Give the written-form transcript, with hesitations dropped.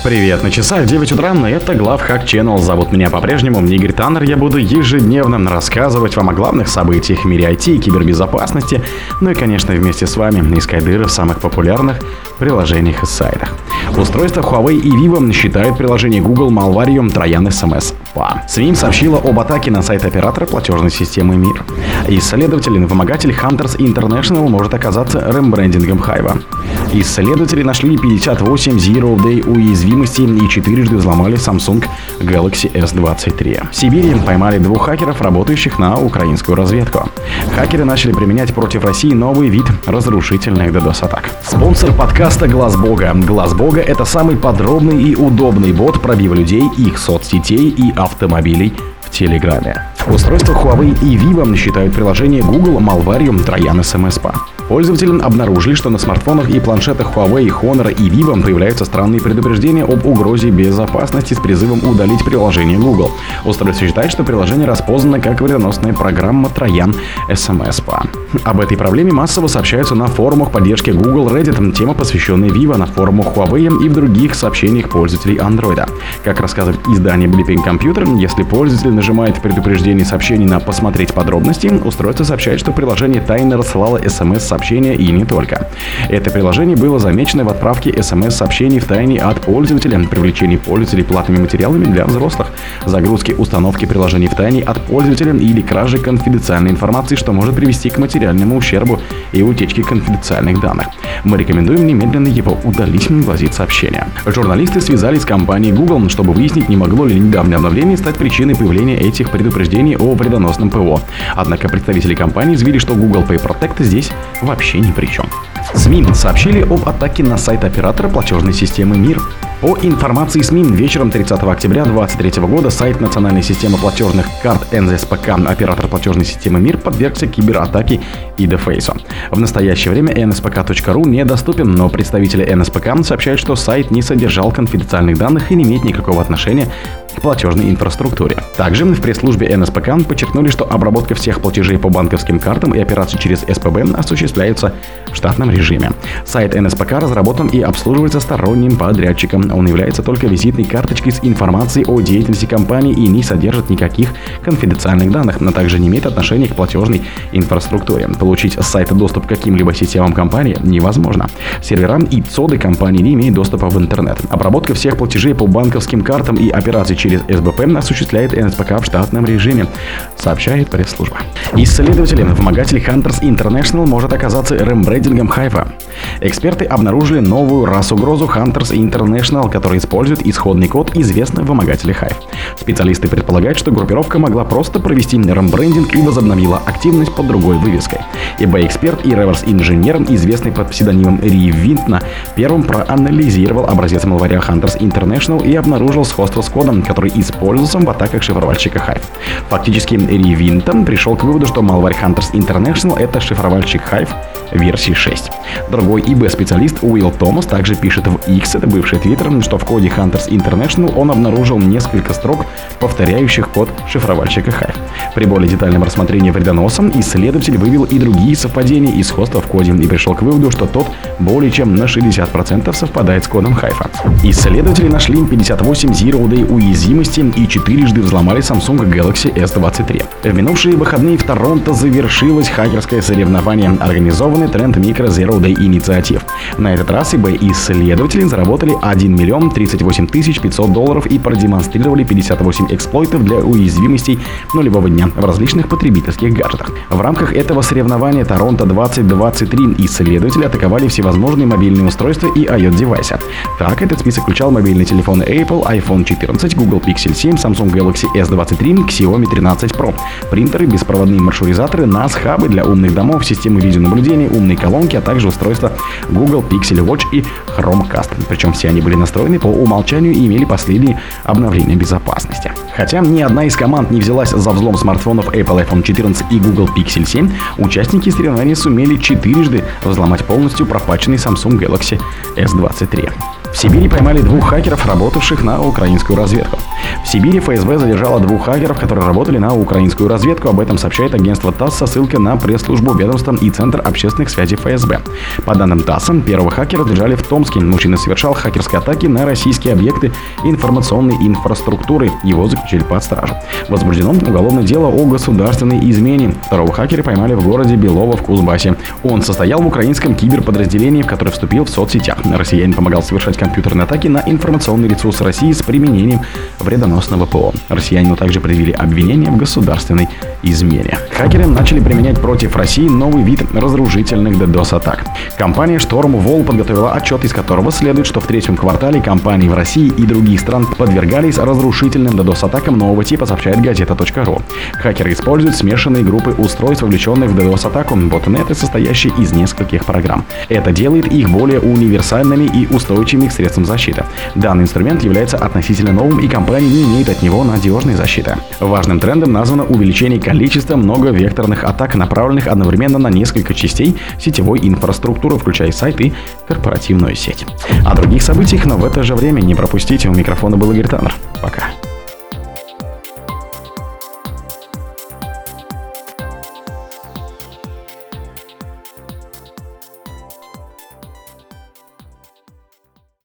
Привет, на часах 9 утра, это Главхак Channel. Зовут меня по-прежнему Игорь Таннер. Я буду ежедневно рассказывать вам о главных событиях в мире IT и кибербезопасности. Ну и, конечно, вместе с вами искать дыры в самых популярных приложениях и сайтах. Устройства Huawei и Vivo считают приложение Google малварью Троян SMS Spam. СМИ сообщила об атаке на сайт оператора платежной системы МИР. Исследователь-вымогатель Hunters International может оказаться рембрендингом Hive. Исследователи нашли 58 Zero-Day уязвимостей и четырежды взломали Samsung Galaxy S23. В Сибири поймали 2 хакеров, работающих на украинскую разведку. Хакеры начали применять против России новый вид разрушительных DDoS-атак. Спонсор подкаста Глаз Бога. Глаз Бога — это самый подробный и удобный бот пробива людей, их соцсетей и автомобилей в Телеграме. Устройства Huawei и Vivo считают приложение Google малварью Троян SMS Spam. Пользователи обнаружили, что на смартфонах и планшетах Huawei, Honor и Vivo появляются странные предупреждения об угрозе безопасности с призывом удалить приложение Google. Устройство считает, что приложение распознано как вредоносная программа Троян SMS Spam. Об этой проблеме массово сообщаются на форумах поддержки Google, Reddit, тема, посвященная Vivo, на форумах Huawei и в других сообщениях пользователей Android. Как рассказывает издание Blipping Computer, если пользователь нажимает в предупреждении сообщений на «Посмотреть подробности», устройство сообщает, что приложение тайно рассылало смс-сообщения и не только. Это приложение было замечено в отправке смс-сообщений в тайне от пользователя, привлечении пользователей платными материалами для взрослых, загрузке установки приложений в тайне от пользователя или краже конфиденциальной информации, что может привести к материальному ущербу и утечке конфиденциальных данных. Мы рекомендуем немедленно его удалить, гласит сообщение. Журналисты связались с компанией Google, чтобы выяснить, не могло ли недавнее обновление стать причиной появления этих предупреждений о вредоносном ПО. Однако представители компании заявили, что Google Pay Protect здесь вообще ни при чем. СМИ сообщили об атаке на сайт оператора платежной системы МИР. По информации СМИ, вечером 30 октября 2023 года сайт национальной системы платежных карт НСПК, оператор платежной системы МИР, подвергся кибератаке и дефейсу. В настоящее время nspk.ru недоступен, но представители НСПК сообщают, что сайт не содержал конфиденциальных данных и не имеет никакого отношения к платежной инфраструктуре. Также в пресс-службе НСПК подчеркнули, что обработка всех платежей по банковским картам и операций через СПБ осуществляются в штатном режиме. Сайт НСПК разработан и обслуживается сторонним подрядчиком. Он является только визитной карточкой с информацией о деятельности компании и не содержит никаких конфиденциальных данных, но также не имеет отношения к платежной инфраструктуре. Получить с сайта доступ к каким-либо системам компании невозможно. Сервера и ЦОДы компании не имеют доступа в интернет. Обработка всех платежей по банковским картам и операций через СБП осуществляет НСПК в штатном режиме, сообщает пресс-служба. Исследователь-вымогатель Hunters International может оказаться рембрендингом Hive. Эксперты обнаружили новую раз-угрозу Hunters International, который использует исходный код известного вымогателя Hive. Специалисты предполагают, что группировка могла просто провести рембрендинг и возобновила активность под другой вывеской. eBay-эксперт и реверс-инженер, известный под псевдонимом Ревинтна, первым проанализировал образец малваря Hunters International и обнаружил сходство с кодом, который использовался в атаках шифровальщика Hive. Фактически, Ревинтон пришел к выводу, что малварь Hunters International — это шифровальщик Hive версии 6. Другой eBay-специалист Уилл Томас также пишет в X, это бывший Twitter, что в коде Hunters International он обнаружил несколько строк, повторяющих код шифровальщика Hive. При более детальном рассмотрении вредоноса исследователь вывел и другие совпадения и сходства в коде и пришел к выводу, что тот более чем на 60% совпадает с кодом Hive. Исследователи нашли 58 Zero-Day уязвимостей и четырежды взломали Samsung Galaxy S23. В минувшие выходные в Торонто завершилось хакерское соревнование, организованный тренд микро Zero-Day инициатив. На этот раз eBay-исследователи заработали $1 038 500 и продемонстрировали 58 эксплойтов для уязвимостей нулевого дня в различных потребительских гаджетах. В рамках этого соревнования Торонто 2023 исследователи атаковали всевозможные мобильные устройства и IoT-девайсы. Так, этот список включал мобильные телефоны Apple, iPhone 14, Google Pixel 7, Samsung Galaxy S23, Xiaomi 13 Pro, принтеры, беспроводные маршрутизаторы, NAS, хабы для умных домов, системы видеонаблюдения, умные колонки, а также устройства Google Pixel Watch и Chromecast. Причем все они были настроены по умолчанию и имели последние обновления безопасности. Хотя ни одна из команд не взялась за взлом смартфонов Apple iPhone 14 и Google Pixel 7, участники соревнований сумели четырежды взломать полностью пропаченный Samsung Galaxy S23. В Сибири поймали 2 хакеров, работавших на украинскую разведку. В Сибири ФСБ задержала 2 хакеров, которые работали на украинскую разведку. Об этом сообщает агентство ТАСС со ссылкой на пресс-службу ведомства и Центр общественных связей ФСБ. По данным ТАСС, первого хакера задержали в Томске. Мужчина совершал хакерские атаки на российские объекты информационной инфраструктуры. Его заключили под стражу. Возбуждено уголовное дело о государственной измене. Второго хакера поймали в городе Белово в Кузбассе. Он состоял в украинском киберподразделении, в которое вступил в соцсетях. Россиянин помогал совершать компьютерные атаки на информационный ресурс России с применением вредоносного ПО. Россиянину также предъявили обвинение в государственной измене. Хакеры начали применять против России новый вид разрушительных DDoS-атак. Компания Stormwall подготовила отчет, из которого следует, что в 3-м квартале компании в России и других стран подвергались разрушительным DDoS-атакам нового типа, сообщает газета.ру. Хакеры используют смешанные группы устройств, вовлеченных в DDoS-атаку, ботнеты, состоящие из нескольких программ. Это делает их более универсальными и устойчивыми к средствам защиты. Данный инструмент является относительно новым, и компания не имеет от него надежной защиты. Важным трендом названо увеличение количества многовекторных атак, направленных одновременно на несколько частей сетевой инфраструктуры, включая сайт и корпоративную сеть. О других событиях, но в это же время не пропустите. У микрофона был Игорь Таннер. Пока.